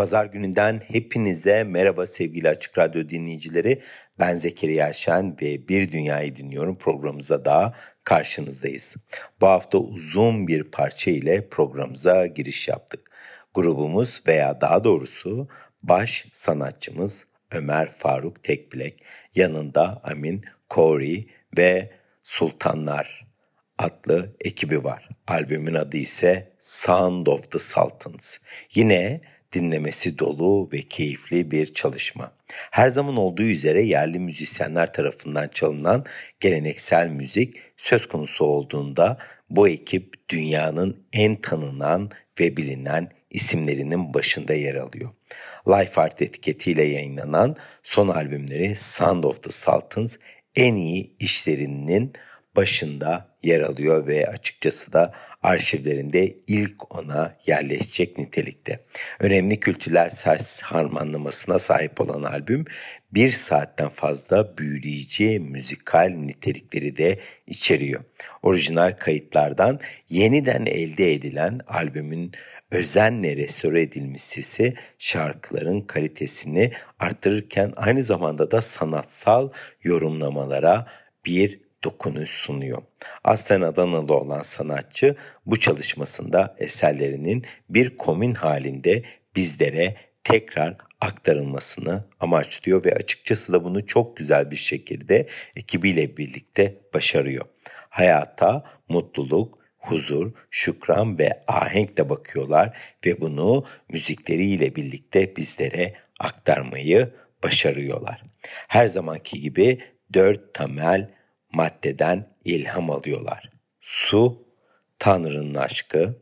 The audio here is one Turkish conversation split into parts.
Pazar gününden hepinize merhaba sevgili Açık Radyo dinleyicileri. Ben Zekeriya Şen ve Bir Dünyayı Dinliyorum programımıza daha karşınızdayız. Bu hafta uzun bir parça ile programımıza giriş yaptık. Grubumuz veya daha doğrusu baş sanatçımız Ömer Faruk Tekbilek, yanında Amin Corey ve Sultanlar adlı ekibi var. Albümün adı ise Sound of the Sultans. Yine dinlemesi dolu ve keyifli bir çalışma. Her zaman olduğu üzere yerli müzisyenler tarafından çalınan geleneksel müzik söz konusu olduğunda bu ekip dünyanın en tanınan ve bilinen isimlerinin başında yer alıyor. Life Art etiketiyle yayınlanan son albümleri Sound of the Sultans en iyi işlerinin başında yer alıyor ve açıkçası da arşivlerinde ilk ona yerleşecek nitelikte. Önemli kültürel harmanlamasına sahip olan albüm bir saatten fazla büyüleyici müzikal nitelikleri de içeriyor. Orijinal kayıtlardan yeniden elde edilen albümün özenle restore edilmiş sesi şarkıların kalitesini artırırken aynı zamanda da sanatsal yorumlamalara bir dokunuş sunuyor. Aslen Adanalı olan sanatçı bu çalışmasında eserlerinin bir komün halinde bizlere tekrar aktarılmasını amaçlıyor ve açıkçası da bunu çok güzel bir şekilde ekibiyle birlikte başarıyor. Hayata mutluluk, huzur, şükran ve ahenkle bakıyorlar ve bunu müzikleriyle birlikte bizlere aktarmayı başarıyorlar. Her zamanki gibi 4 temel maddeden ilham alıyorlar. Su, Tanrı'nın aşkı;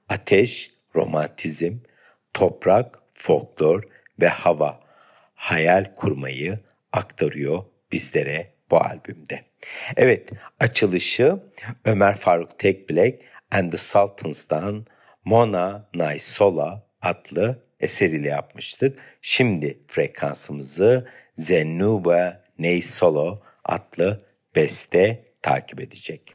ateş, romantizm; toprak, folklor ve hava, hayal kurmayı aktarıyor bizlere bu albümde. Evet, açılışı Ömer Faruk Tekbilek and the Sultans'tan Mona Nay Sola adlı eseriyle yapmıştık. Şimdi frekansımızı Zennuba Nay Solo adlı beste takip edecek.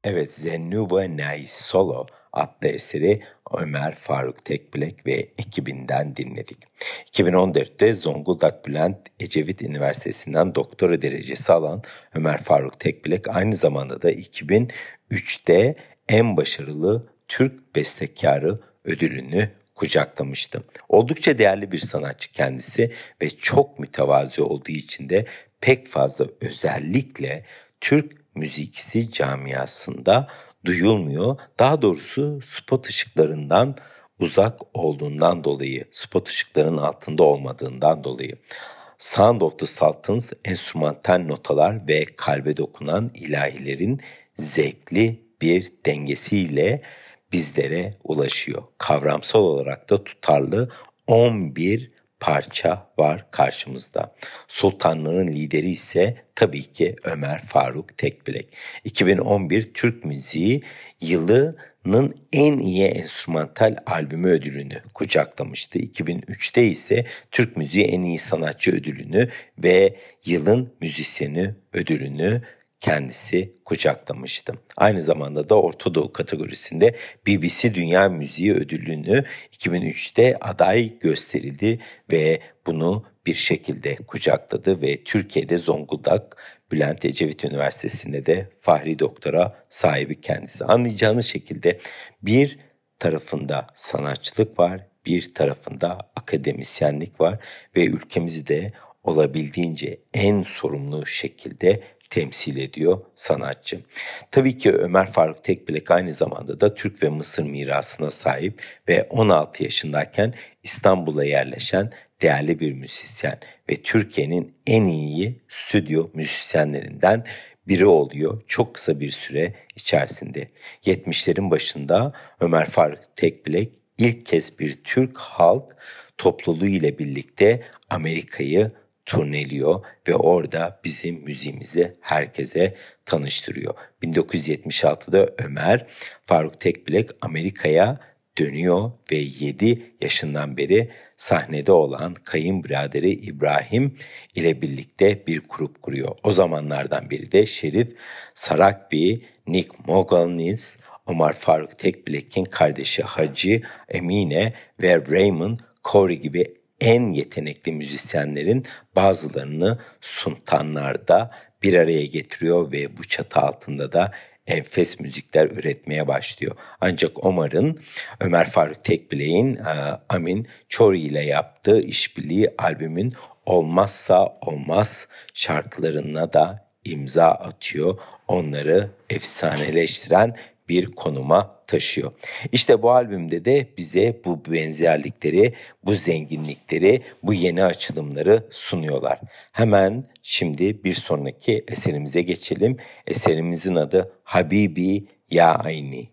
Evet, Zennuba Nais Solo adlı eseri Ömer Faruk Tekbilek ve ekibinden dinledik. 2014'te Zonguldak Bülent Ecevit Üniversitesi'nden doktora derecesi alan Ömer Faruk Tekbilek aynı zamanda da 2003'te en başarılı Türk bestekarı ödülünü kucaklamıştı. Oldukça değerli bir sanatçı kendisi ve çok mütevazi olduğu için de pek fazla özellikle Türk müzikisi camiasında duyulmuyor. Daha doğrusu spot ışıklarından uzak olduğundan dolayı, spot ışıkların altında olmadığından dolayı. Sound of the Sultans enstrümantal notalar ve kalbe dokunan ilahilerin zevkli bir dengesiyle bizlere ulaşıyor. Kavramsal olarak da tutarlı 11 parça var karşımızda. Sultanların lideri ise tabii ki Ömer Faruk Tekbilek. 2011 Türk Müziği yılının en iyi enstrümantal albümü ödülünü kucaklamıştı. 2003'te ise Türk Müziği en iyi sanatçı ödülünü ve yılın müzisyeni ödülünü kendisi kucaklamıştı. Aynı zamanda da Orta Doğu kategorisinde BBC Dünya Müziği Ödülünü 2003'te aday gösterildi ve bunu bir şekilde kucakladı ve Türkiye'de Zonguldak Bülent Ecevit Üniversitesi'nde de Fahri Doktora sahibi kendisi. Anlayacağınız şekilde bir tarafında sanatçılık var, bir tarafında akademisyenlik var ve ülkemizi de olabildiğince en sorumlu şekilde temsil ediyor sanatçı. Tabii ki Ömer Faruk Tekbilek aynı zamanda da Türk ve Mısır mirasına sahip ve 16 yaşındayken İstanbul'a yerleşen değerli bir müzisyen ve Türkiye'nin en iyi stüdyo müzisyenlerinden biri oluyor çok kısa bir süre içerisinde. 70'lerin başında Ömer Faruk Tekbilek ilk kez bir Türk halk topluluğu ile birlikte Amerika'yı turneliyor ve orada bizim müziğimizi herkese tanıştırıyor. 1976'da Ömer Faruk Tekbilek Amerika'ya dönüyor ve 7 yaşından beri sahnede olan kayınbiraderi İbrahim ile birlikte bir grup kuruyor. O zamanlardan biri de Şerif Sarakbi, Nick Mogalnis, Ömer Faruk Tekbilek'in kardeşi Hacı Emine ve Raymond Corey gibi en yetenekli müzisyenlerin bazılarını sultanlarda bir araya getiriyor ve bu çatı altında da enfes müzikler üretmeye başlıyor. Ancak Ömer Faruk Tekbilek'in Amin Çori ile yaptığı işbirliği albümün olmazsa olmaz şarkılarına da imza atıyor. Onları efsaneleştiren bir konuma taşıyor. İşte bu albümde de bize bu benzerlikleri, bu zenginlikleri, bu yeni açılımları sunuyorlar. Hemen şimdi bir sonraki eserimize geçelim. Eserimizin adı Habibi Ya Ayni.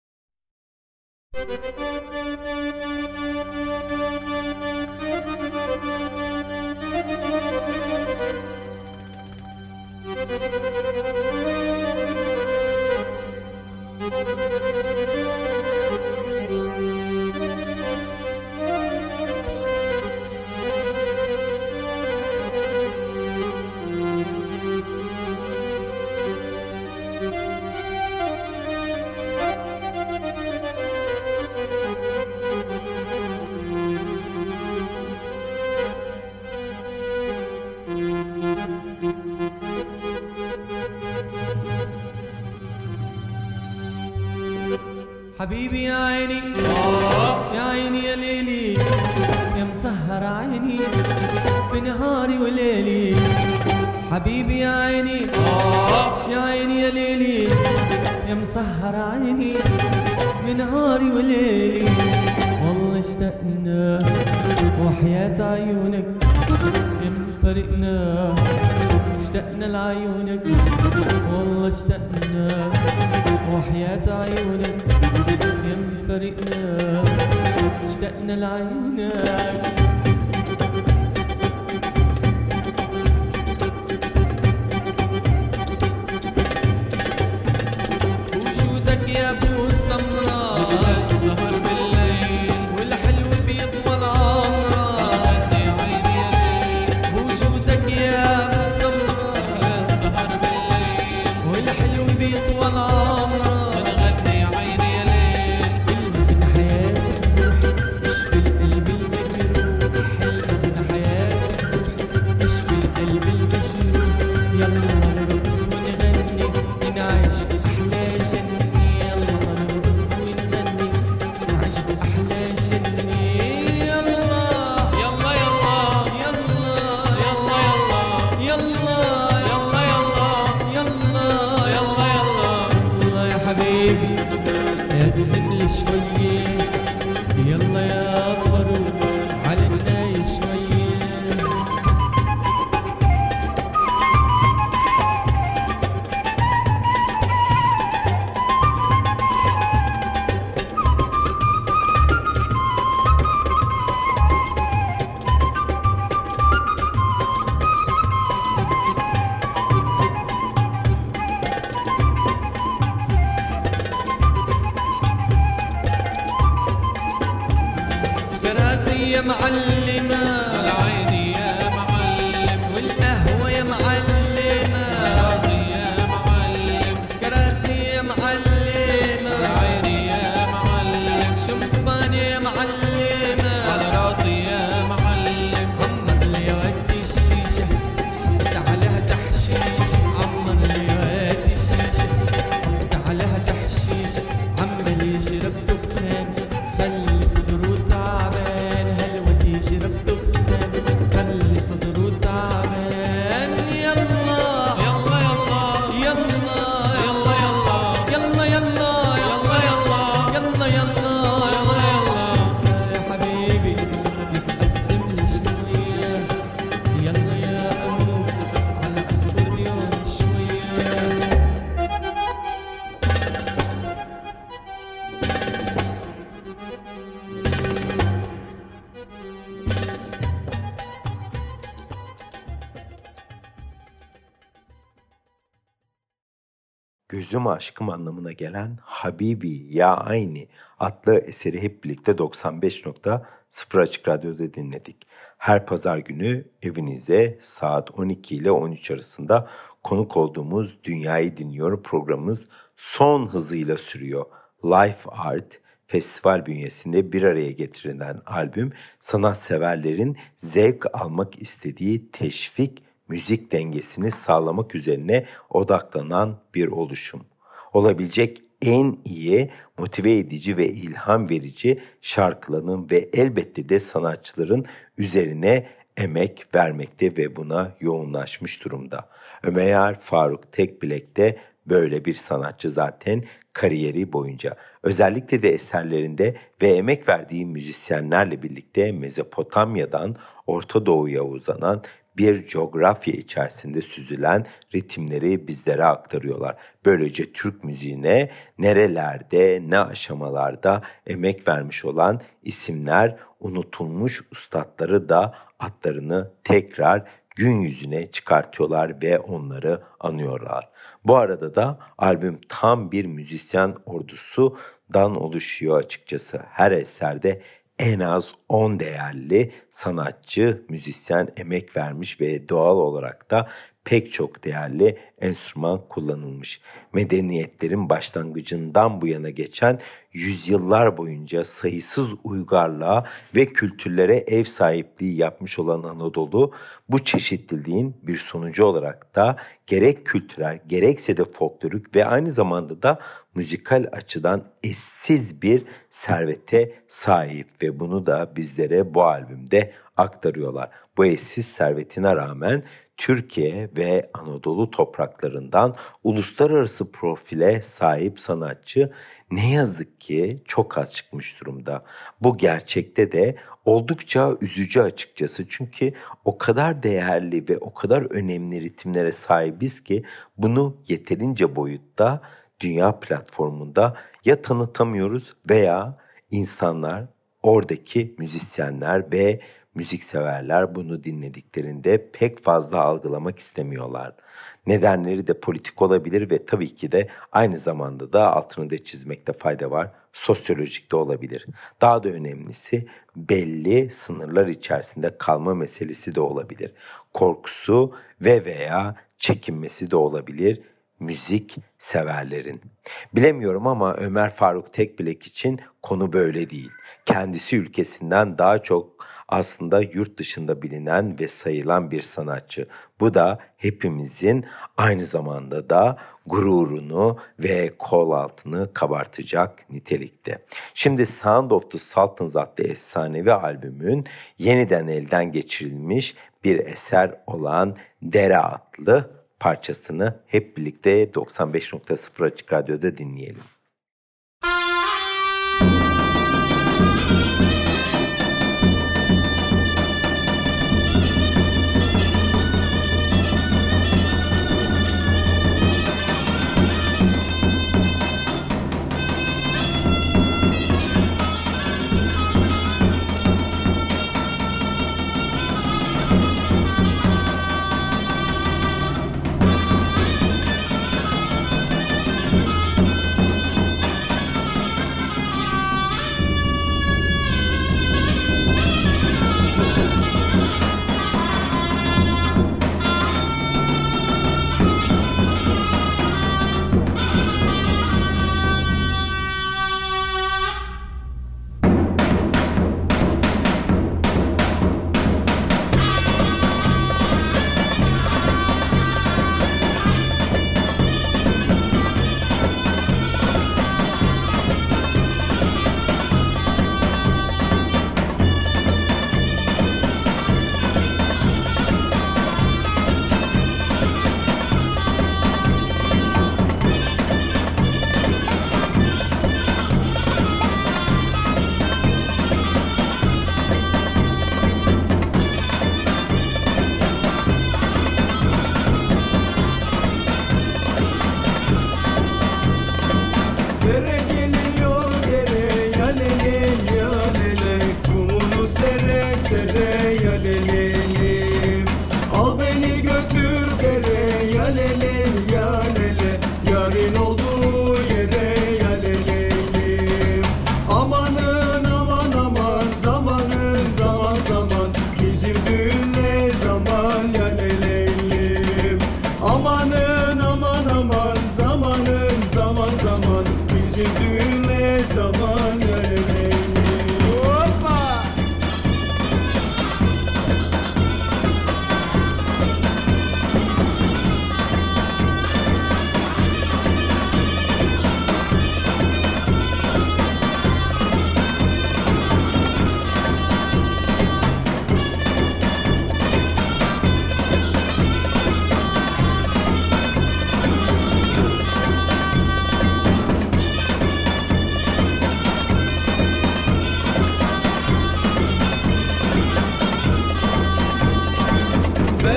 حبيبي يا عيني يا عيني يا ليلي يا مسهر عيني بنهاري وليلي حبيبي يا عيني يا عيني يا ليلي يا مسهر عيني بنهاري وليلي والله اشتقنا وحياة عيونك يم فرقنا اشتقنا لعيونك والله اشتقنا وحياة عيونك يم فرقنا اشتقنا لعيونك وجودك يا ابو السمراء السهر بالليل والحلو بيطول عمرك وجودك يا ابو السمراء السهر بالليل والحلو بيطول عمرك يا معلمة العين يا معلم والقهوة يا معلمة راسي يا معلم كراسي يا معلمة العين يا معلم شمبانيا يا معلمة على راسي يا معلم عمر لي وقت الشيشة حط عليها تحشيش عمر لي وقت الشيشة حط عليها تحشيش عمال يشرب دخان خلي صدره تعبان هلوة يشرب دخان خلي صدره تعبان يلا يلا يلا يلا يلا يلا يلا يلا يلا يلا يلا يا حبيبي نتقسم لي شوية يلا يا أمو على الأكورديون شوية Gözüm aşkım anlamına gelen Habibi Ya Ayni adlı eseri hep birlikte 95.0 Açık Radyo'da dinledik. Her pazar günü evinize saat 12 ile 13 arasında konuk olduğumuz Dünyayı Dinliyorum programımız son hızıyla sürüyor. Life Art festival bünyesinde bir araya getirilen albüm sanatseverlerin zevk almak istediği teşvik müzik dengesini sağlamak üzerine odaklanan bir oluşum. Olabilecek en iyi, motive edici ve ilham verici şarkıların ve elbette de sanatçıların üzerine emek vermekte ve buna yoğunlaşmış durumda. Ömer Faruk Tekbilek de böyle bir sanatçı zaten kariyeri boyunca. Özellikle de eserlerinde ve emek verdiği müzisyenlerle birlikte Mezopotamya'dan Orta Doğu'ya uzanan bir coğrafya içerisinde süzülen ritimleri bizlere aktarıyorlar. Böylece Türk müziğine nerelerde, ne aşamalarda emek vermiş olan isimler, unutulmuş üstadları da adlarını tekrar gün yüzüne çıkartıyorlar ve onları anıyorlar. Bu arada da albüm tam bir müzisyen ordusundan oluşuyor açıkçası. Her eserde en az 10 değerli sanatçı, müzisyen emek vermiş ve doğal olarak da pek çok değerli enstrüman kullanılmış. Medeniyetlerin başlangıcından bu yana geçen yüzyıllar boyunca sayısız uygarlığa ve kültürlere ev sahipliği yapmış olan Anadolu, bu çeşitliliğin bir sonucu olarak da gerek kültürel gerekse de folklorik ve aynı zamanda da müzikal açıdan eşsiz bir servete sahip ve bunu da bizlere bu albümde aktarıyorlar. Bu eşsiz servetine rağmen Türkiye ve Anadolu topraklarından uluslararası profile sahip sanatçı ne yazık ki çok az çıkmış durumda. Bu gerçekte de oldukça üzücü açıkçası, çünkü o kadar değerli ve o kadar önemli ritimlere sahibiz ki bunu yeterince boyutta dünya platformunda ya tanıtamıyoruz veya insanlar, oradaki müzisyenler ve müzikseverler bunu dinlediklerinde pek fazla algılamak istemiyorlar. Nedenleri de politik olabilir ve tabii ki de aynı zamanda da altını da çizmekte fayda var. Sosyolojik de olabilir. Daha da önemlisi belli sınırlar içerisinde kalma meselesi de olabilir. Korkusu ve veya çekinmesi de olabilir müzik severlerin. Bilemiyorum ama Ömer Faruk Tekbilek için konu böyle değil. Kendisi ülkesinden daha çok aslında yurt dışında bilinen ve sayılan bir sanatçı. Bu da hepimizin aynı zamanda da gururunu ve kol altını kabartacak nitelikte. Şimdi Sound of the Sultans adlı efsanevi albümün yeniden elden geçirilmiş bir eser olan Dere adlı parçasını hep birlikte 95.0 Açık Radyo'da dinleyelim.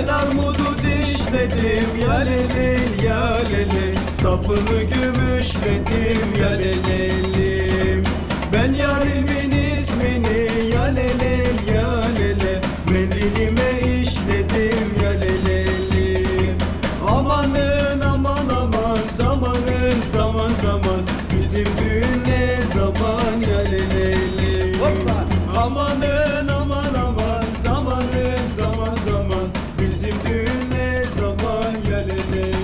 Ben armudu dişledim ya lelel ya lele, sapını gümüşledim ya lelelim. Ben yarimin ismini ya lelel ya lele, mendilime işledim ya lelelim. Amanın aman aman, zamanın zaman zaman, bizim düğün ne zaman ya lelelim. Hoppa! Amanın aman aman, zamanın zaman zaman, bizim düğün ne zaman ya lelelim.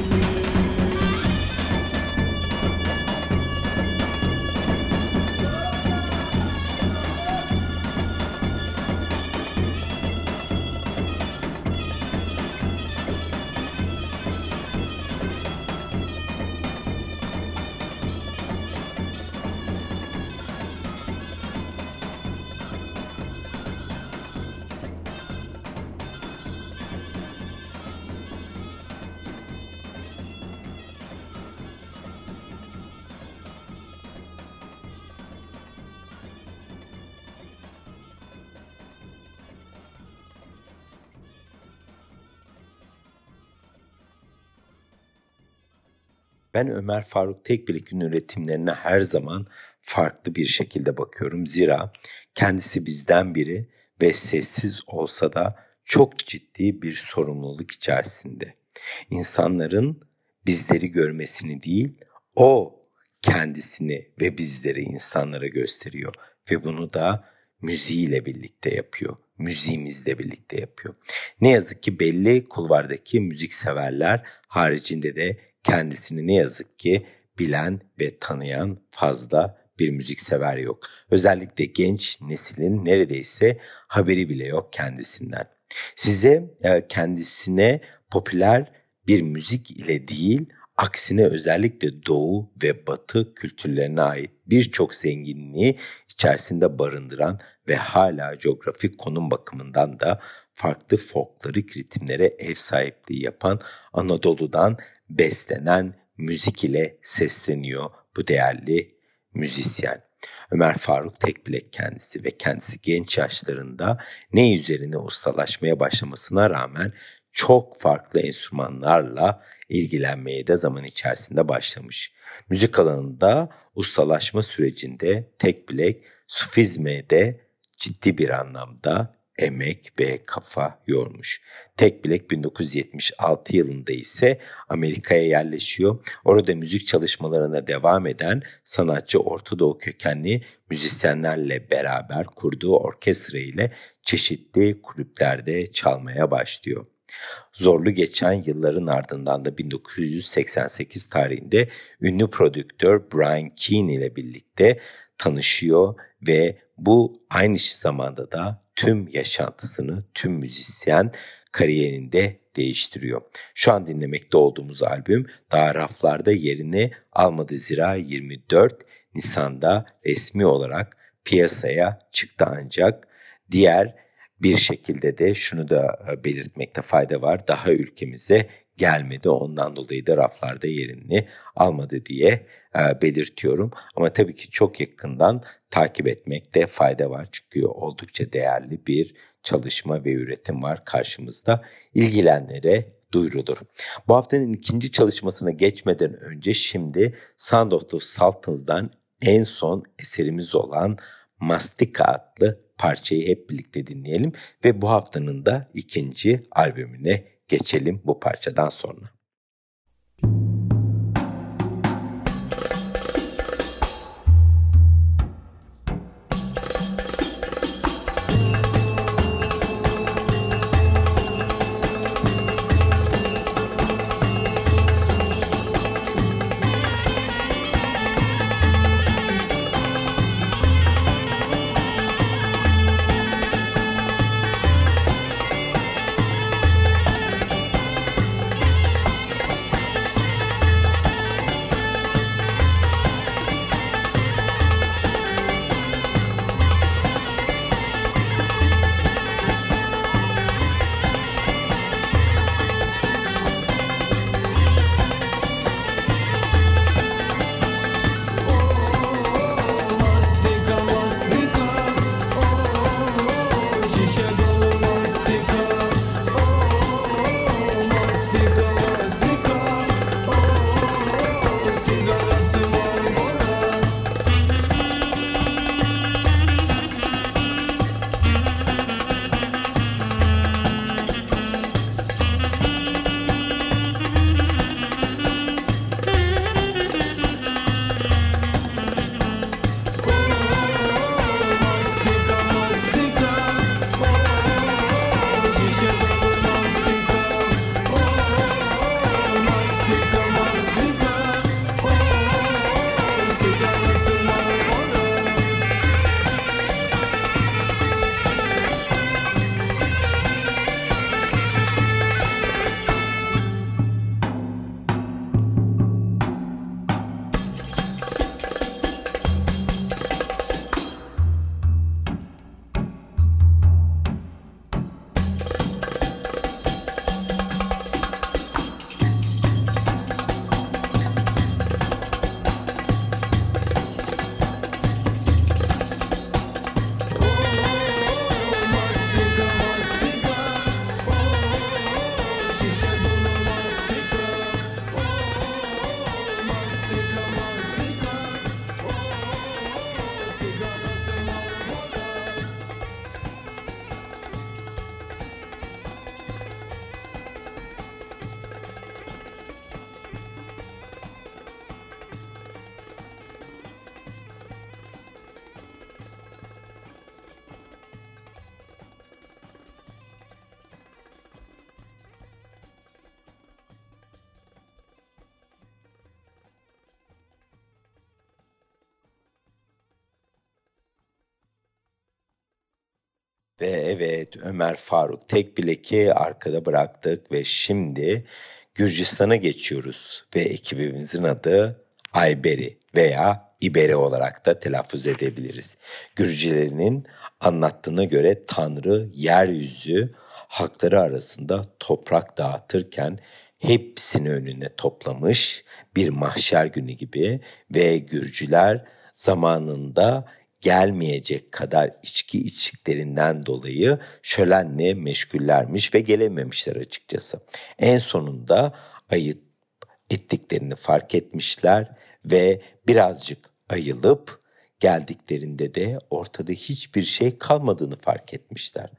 Ben Ömer Faruk Tekbilek'in üretimlerine her zaman farklı bir şekilde bakıyorum. Zira kendisi bizden biri ve sessiz olsa da çok ciddi bir sorumluluk içerisinde. İnsanların bizleri görmesini değil, o kendisini ve bizleri insanlara gösteriyor ve bunu da müziğiyle birlikte yapıyor. Müziğimizle birlikte yapıyor. Ne yazık ki belli kulvardaki müzikseverler haricinde de kendisini ne yazık ki bilen ve tanıyan fazla bir müziksever yok. Özellikle genç neslin neredeyse haberi bile yok kendisinden. Size kendisine popüler bir müzik ile değil, aksine özellikle Doğu ve Batı kültürlerine ait birçok zenginliği içerisinde barındıran ve hala coğrafik konum bakımından da farklı folklorik ritimlere ev sahipliği yapan Anadolu'dan beslenen müzik ile sesleniyor bu değerli müzisyen. Ömer Faruk Tekbilek kendisi ve kendisi genç yaşlarında ne üzerine ustalaşmaya başlamasına rağmen çok farklı enstrümanlarla ilgilenmeye de zaman içerisinde başlamış. Müzik alanında ustalaşma sürecinde Tekbilek sufizme de ciddi bir anlamda emek ve kafa yormuş. Tekbilek 1976 yılında ise Amerika'ya yerleşiyor. Orada müzik çalışmalarına devam eden sanatçı Orta Doğu kökenli müzisyenlerle beraber kurduğu orkestra ile çeşitli kulüplerde çalmaya başlıyor. Zorlu geçen yılların ardından da 1988 tarihinde ünlü prodüktör Brian Keane ile birlikte tanışıyor ve bu aynı zamanda da tüm yaşantısını, tüm müzisyen kariyerinde değiştiriyor. Şu an dinlemekte olduğumuz albüm daha raflarda yerini almadı, zira 24 Nisan'da resmi olarak piyasaya çıktı, ancak diğer bir şekilde de şunu da belirtmekte fayda var. Daha ülkemize gelmedi. Ondan dolayı da raflarda yerini almadı diye belirtiyorum. Ama tabii ki çok yakından takip etmekte fayda var. Çünkü oldukça değerli bir çalışma ve üretim var karşımızda. İlgilenenlere duyurulur. Bu haftanın ikinci çalışmasına geçmeden önce şimdi Sound of the Sultans'dan en son eserimiz olan Mastika adlı parçayı hep birlikte dinleyelim ve bu haftanın da ikinci albümüne geçelim bu parçadan sonra. Ve evet, Ömer Faruk Tekbilek'i arkada bıraktık ve şimdi Gürcistan'a geçiyoruz ve ekibimizin adı Ayberi veya İberi olarak da telaffuz edebiliriz. Gürcülerinin anlattığına göre Tanrı yeryüzü halkları arasında toprak dağıtırken hepsini önüne toplamış, bir mahşer günü gibi, ve Gürcüler zamanında gelmeyecek kadar içki içtiklerinden dolayı şölenle meşgullermiş ve gelememişler açıkçası. En sonunda ayıp ettiklerini fark etmişler ve birazcık ayılıp geldiklerinde de ortada hiçbir şey kalmadığını fark etmişler.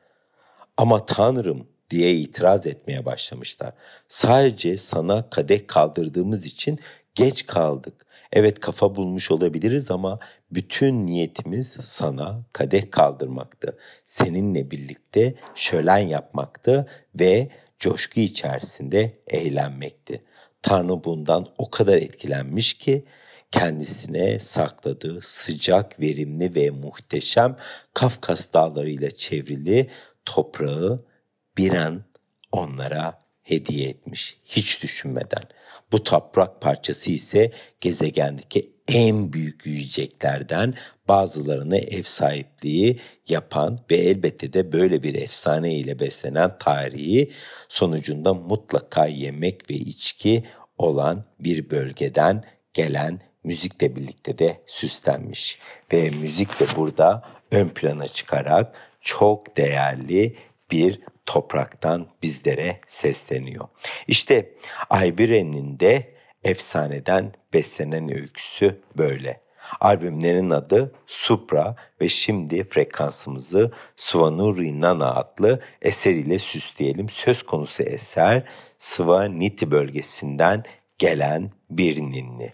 Ama Tanrım diye itiraz etmeye başlamışlar. Sadece sana kadeh kaldırdığımız için geç kaldık. Evet, kafa bulmuş olabiliriz ama bütün niyetimiz sana kadeh kaldırmaktı. Seninle birlikte şölen yapmaktı ve coşku içerisinde eğlenmekti. Tanrı bundan o kadar etkilenmiş ki kendisine sakladığı sıcak, verimli ve muhteşem Kafkas dağlarıyla çevrili toprağı bir an onlara hediye etmiş, hiç düşünmeden. Bu toprak parçası ise gezegendeki en büyük yiyeceklerden bazılarına ev sahipliği yapan ve elbette de böyle bir efsane ile beslenen tarihi sonucunda mutlaka yemek ve içki olan bir bölgeden gelen müzikle birlikte de süslenmiş. Ve müzik de burada ön plana çıkarak çok değerli bir topraktan bizlere sesleniyor. İşte Aybire'nin de efsaneden beslenen öyküsü böyle. Albümlerin adı Supra ve şimdi frekansımızı Svanuri Nana adlı eseriyle süsleyelim. Söz konusu eser Svaneti bölgesinden gelen bir ninni.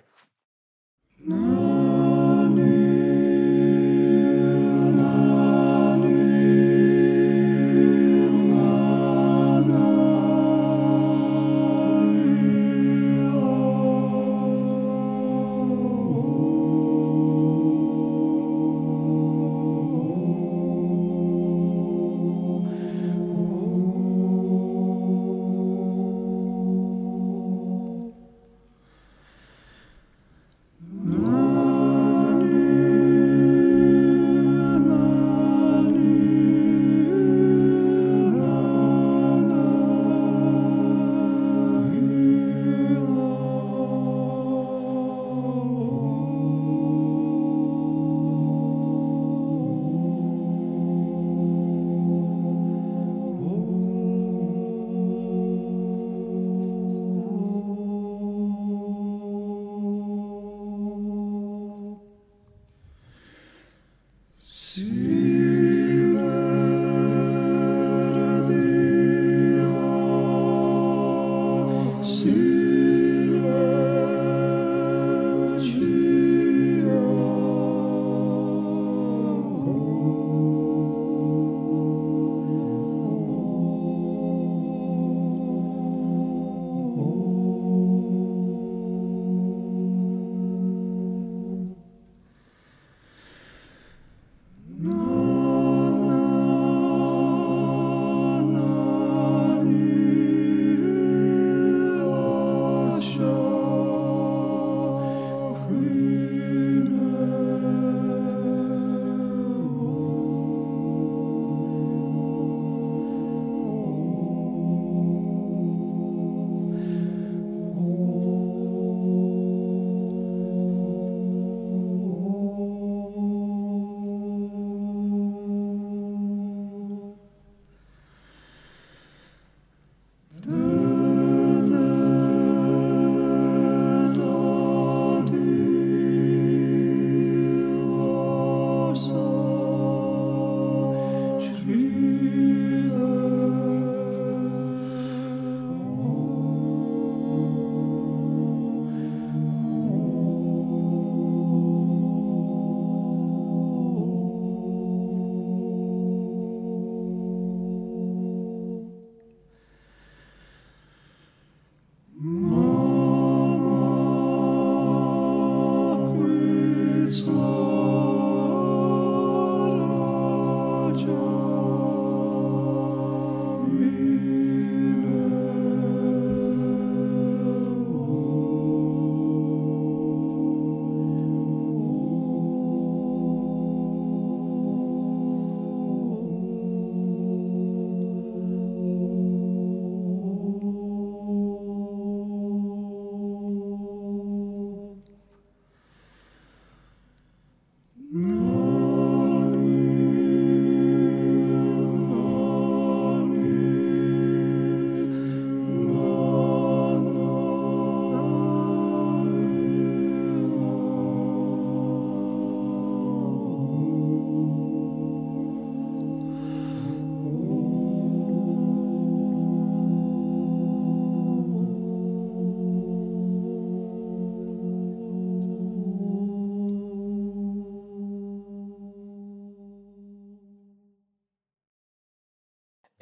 No.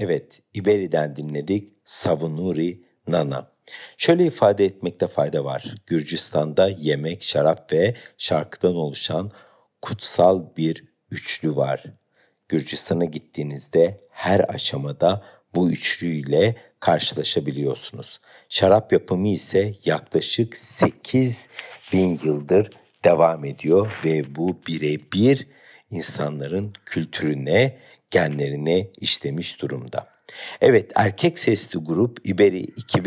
Evet, İberi'den dinledik Savunuri Nana. Şöyle ifade etmekte fayda var. Gürcistan'da yemek, şarap ve şarkıdan oluşan kutsal bir üçlü var. Gürcistan'a gittiğinizde her aşamada bu üçlüyle karşılaşabiliyorsunuz. Şarap yapımı ise yaklaşık 8.000 yıldır devam ediyor ve bu birebir insanların kültürüne, genlerine işlemiş durumda. Evet, erkek sesli grup İberi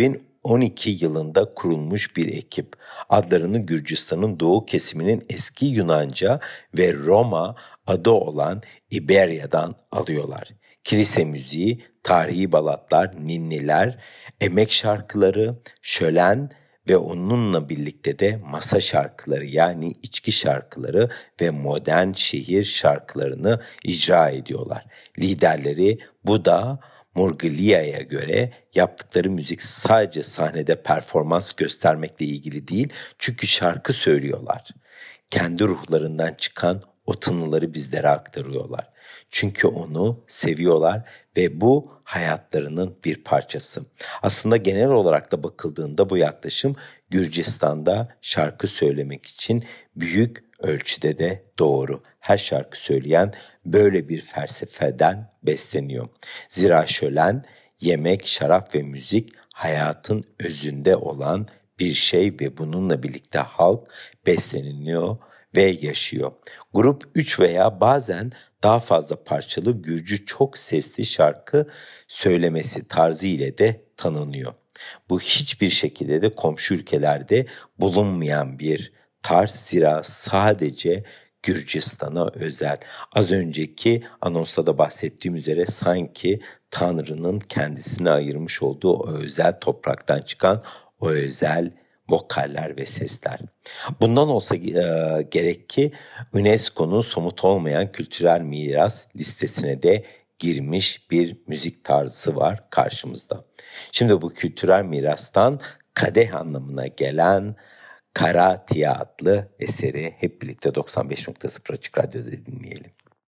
2012 yılında kurulmuş bir ekip. Adlarını Gürcistan'ın doğu kesiminin eski Yunanca ve Roma adı olan İberya'dan alıyorlar. Kilise müziği, tarihi balatlar, ninniler, emek şarkıları, şölen ve onunla birlikte de masa şarkıları yani içki şarkıları ve modern şehir şarkılarını icra ediyorlar. Liderleri Buda Murglia'ya göre yaptıkları müzik sadece sahnede performans göstermekle ilgili değil, çünkü şarkı söylüyorlar. Kendi ruhlarından çıkan o tınıları bizlere aktarıyorlar. Çünkü onu seviyorlar ve bu hayatlarının bir parçası. Aslında genel olarak da bakıldığında bu yaklaşım Gürcistan'da şarkı söylemek için büyük ölçüde de doğru. Her şarkı söyleyen böyle bir felsefeden besleniyor. Zira şölen, yemek, şarap ve müzik hayatın özünde olan bir şey ve bununla birlikte halk besleniliyor ve yaşıyor. Grup 3 veya bazen daha fazla parçalı Gürcü çok sesli şarkı söylemesi tarzı ile de tanınıyor. Bu hiçbir şekilde de komşu ülkelerde bulunmayan bir tarz, zira sadece Gürcistan'a özel. Az önceki anonsta da bahsettiğim üzere sanki Tanrı'nın kendisine ayırmış olduğu o özel topraktan çıkan o özel vokaller ve sesler. Bundan olsa gerek ki UNESCO'nun somut olmayan kültürel miras listesine de girmiş bir müzik tarzı var karşımızda. Şimdi bu kültürel mirastan kadeh anlamına gelen Karatia adlı eseri hep birlikte 95.0 Açık Radyo'da dinleyelim.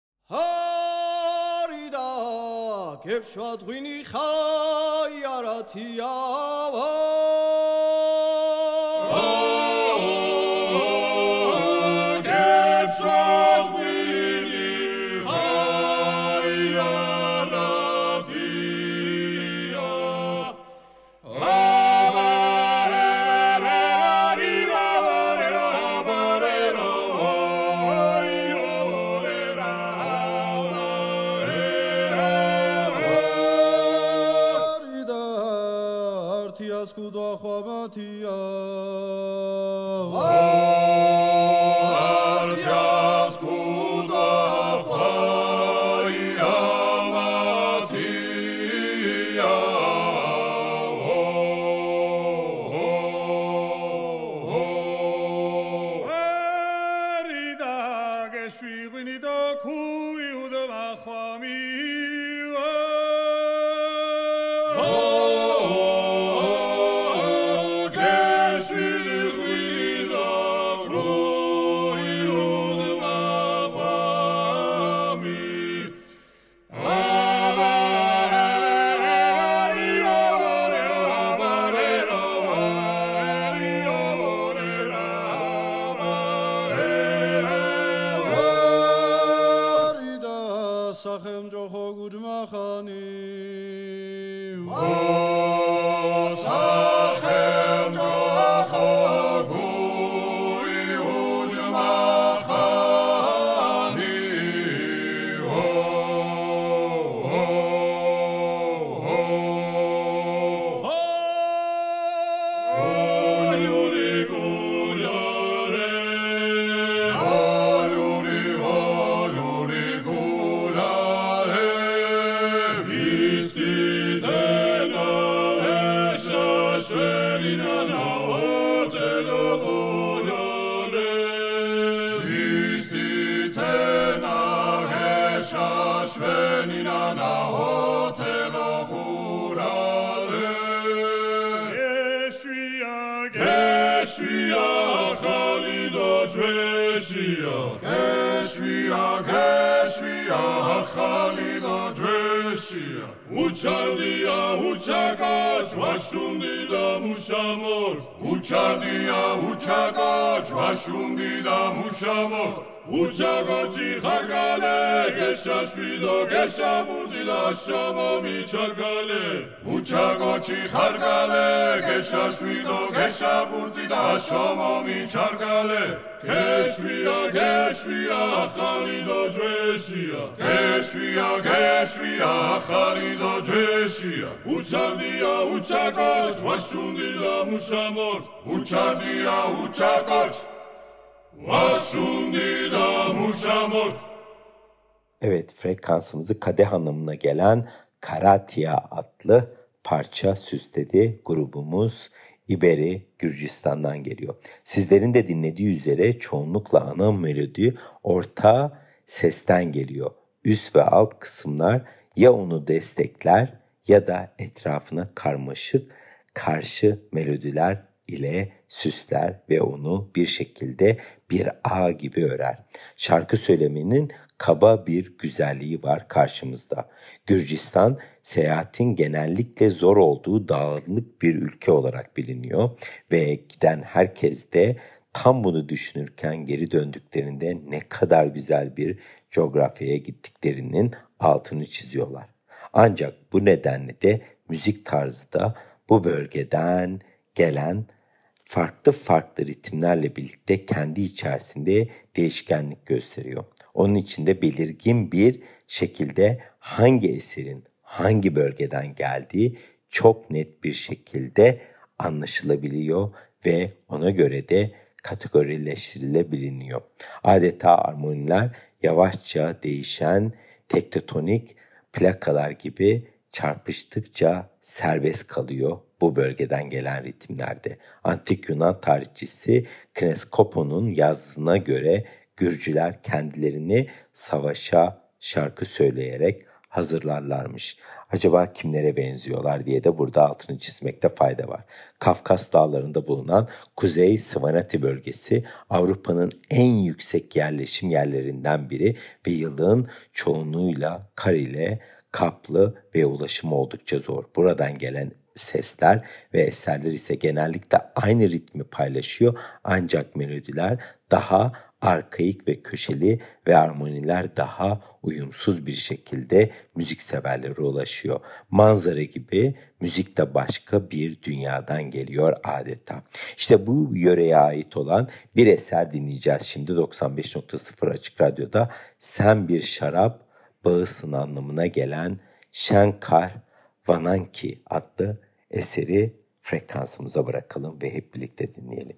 Harida kepşadğini hayaratia Uçardıya uçakaç, başundida muşamor. Uçardıya uçakaç, başundida muşamor. Uçakaçı hargale, geça şvido, geça vurdila şamo mi çargale. Uçakaçı hargale, geça şvido, geça vurdila şamo mi çargale. Geşviya, halido cveşiya. Geşviya, halido cveşiya. Uçardıya uçakaç, başundida muşamor. Uçardıya uçakaç, başundida muşamor. Evet, frekansımızı kadeh anlamına gelen Karatia adlı parça süsledi. Grubumuz İberi Gürcistan'dan geliyor. Sizlerin de dinlediği üzere çoğunlukla ana melodi orta sesten geliyor. Üst ve alt kısımlar ya onu destekler ya da etrafına karmaşık karşı melodiler ile süsler ve onu bir şekilde bir ağ gibi örer. Şarkı söylemenin kaba bir güzelliği var karşımızda. Gürcistan, seyahatin genellikle zor olduğu dağlık bir ülke olarak biliniyor ve giden herkes de tam bunu düşünürken geri döndüklerinde ne kadar güzel bir coğrafyaya gittiklerinin altını çiziyorlar. Ancak bu nedenle de müzik tarzı da bu bölgeden gelen farklı ritimlerle birlikte kendi içerisinde değişkenlik gösteriyor. Onun içinde belirgin bir şekilde hangi eserin hangi bölgeden geldiği çok net bir şekilde anlaşılabiliyor ve ona göre de kategorileştirilebiliyor. Adeta armoniler yavaşça değişen tektonik plakalar gibi çarpıştıkça serbest kalıyor bu bölgeden gelen ritimlerde. Antik Yunan tarihçisi Kneskopo'nun yazdığına göre Gürcüler kendilerini savaşa şarkı söyleyerek hazırlarlarmış. Acaba kimlere benziyorlar diye de burada altını çizmekte fayda var. Kafkas dağlarında bulunan Kuzey Svaneti bölgesi Avrupa'nın en yüksek yerleşim yerlerinden biri ve yılın çoğunluğuyla kar ile kaplı ve ulaşımı oldukça zor. Buradan gelen sesler ve eserler ise genellikle aynı ritmi paylaşıyor ancak melodiler daha arkaik ve köşeli ve armoniler daha uyumsuz bir şekilde müzikseverlere ulaşıyor. Manzara gibi müzik de başka bir dünyadan geliyor adeta. İşte bu yöreye ait olan bir eser dinleyeceğiz şimdi 95.0 Açık Radyo'da. Sen bir şarap bağısın anlamına gelen Shankar Vananki adlı eseri frekansımıza bırakalım ve hep birlikte dinleyelim.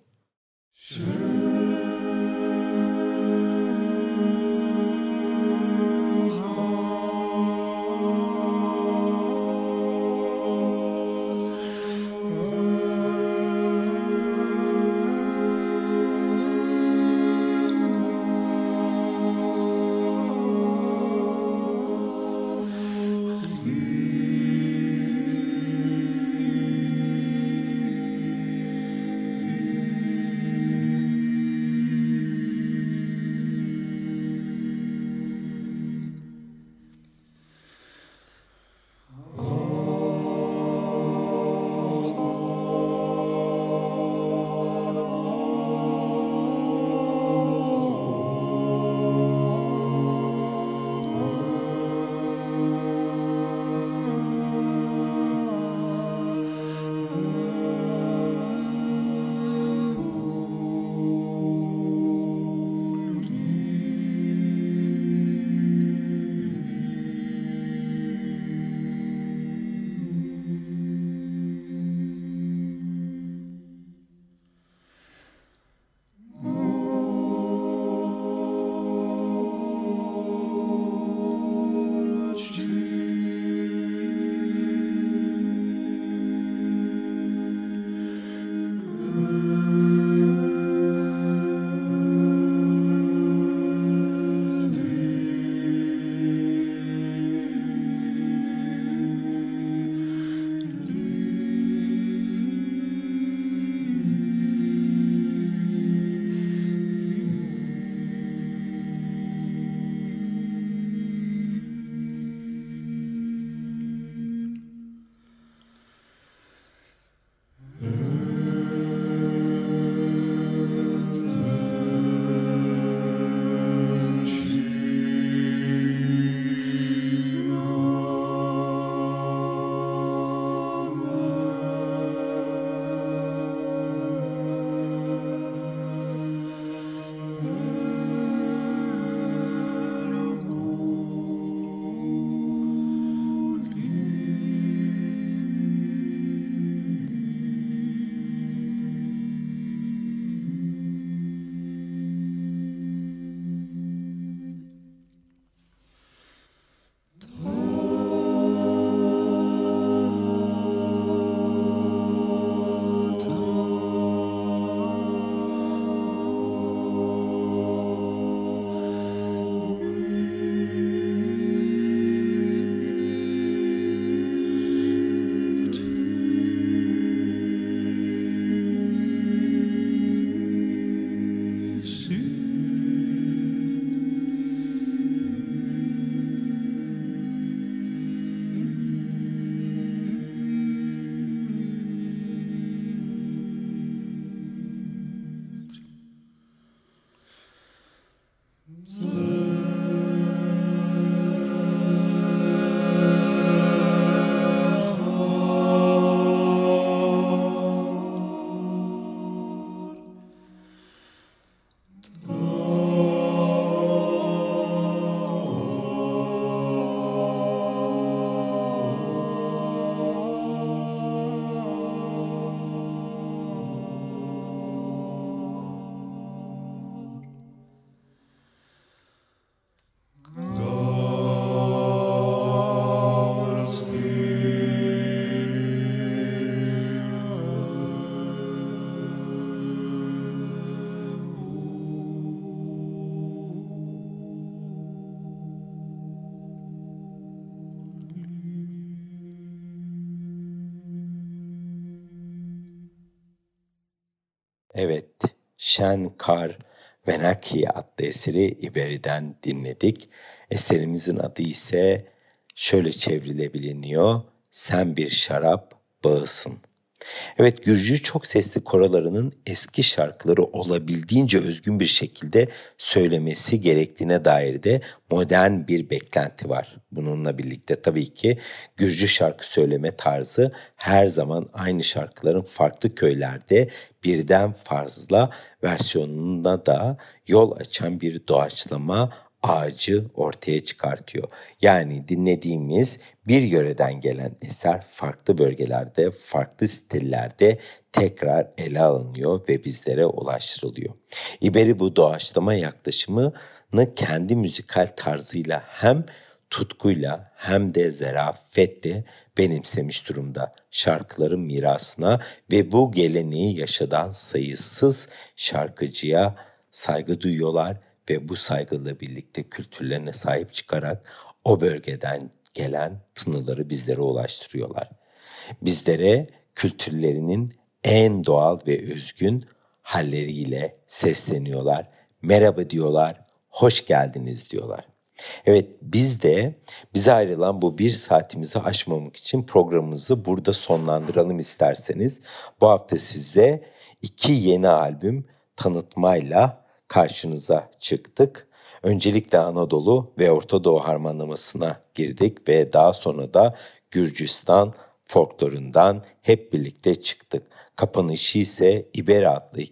Evet, Şen Kar Venaki adlı eseri İberi'den dinledik. Eserimizin adı ise şöyle çevrilebiliyor: Sen bir şarap bağısın. Evet, Gürcü çok sesli koralarının eski şarkıları olabildiğince özgün bir şekilde söylemesi gerektiğine dair de modern bir beklenti var. Bununla birlikte tabii ki Gürcü şarkı söyleme tarzı her zaman aynı şarkıların farklı köylerde birden fazla versiyonuna da yol açan bir doğaçlama ağacı ortaya çıkartıyor. Yani dinlediğimiz bir yöreden gelen eser farklı bölgelerde, farklı stillerde tekrar ele alınıyor ve bizlere ulaştırılıyor. İberi bu doğaçlama yaklaşımını kendi müzikal tarzıyla hem tutkuyla hem de zarafetle benimsemiş durumda. Şarkıların mirasına ve bu geleneği yaşadan sayısız şarkıcıya saygı duyuyorlar ve bu saygıyla birlikte kültürlerine sahip çıkarak o bölgeden gelen tınıları bizlere ulaştırıyorlar. Bizlere kültürlerinin en doğal ve özgün halleriyle sesleniyorlar. Merhaba diyorlar, hoş geldiniz diyorlar. Evet, biz de bize ayrılan bu 1 saatimizi aşmamak için programımızı burada sonlandıralım isterseniz. Bu hafta size 2 yeni albüm tanıtmayla karşınıza çıktık. Öncelikle Anadolu ve Orta Doğu harmanlamasına girdik ve daha sonra da Gürcistan folklorundan hep birlikte çıktık. Kapanışı ise İberi adlı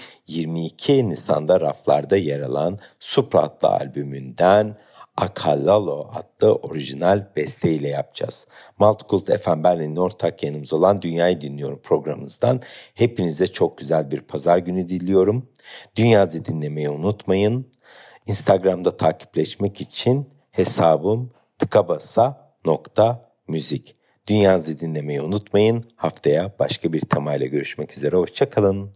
2022 Nisan'da raflarda yer alan Supra adlı albümünden Akallalo adlı orijinal besteyle yapacağız. Multicult FM Berlin'in ortak yayınımız olan Dünyayı Dinliyorum programımızdan hepinize çok güzel bir pazar günü diliyorum. Dünyayı dinlemeyi unutmayın. Instagram'da takipleşmek için hesabım tıkabasa.müzik. Dünyayı dinlemeyi unutmayın. Haftaya başka bir temayla görüşmek üzere. Hoşça kalın.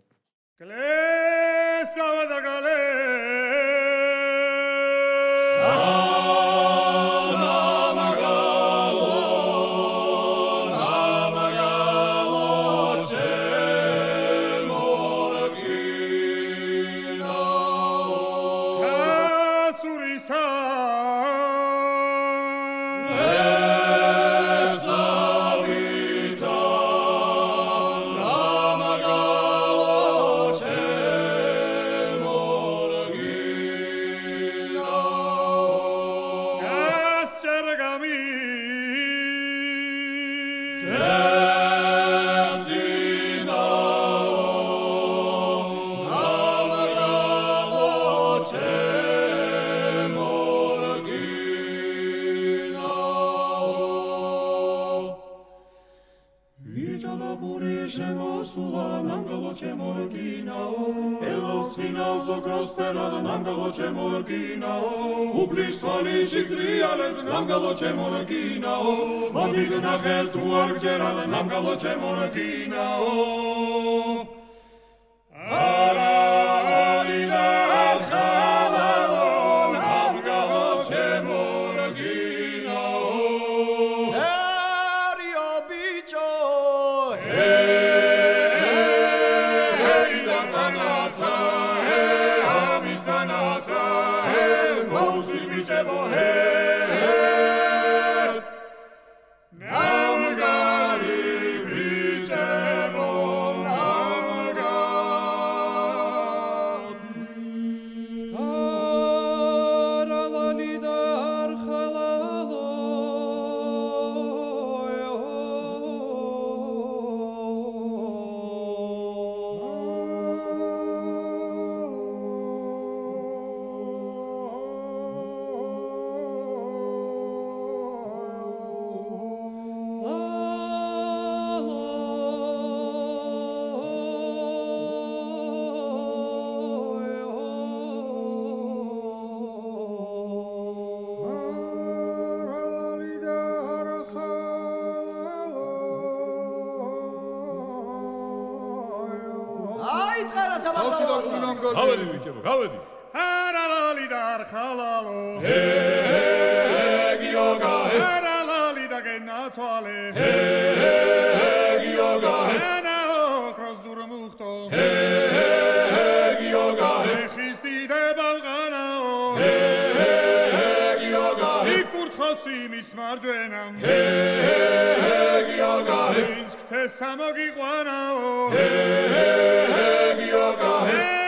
Hey, Nossi mis margenam Georga Insk te samogi guanao Georga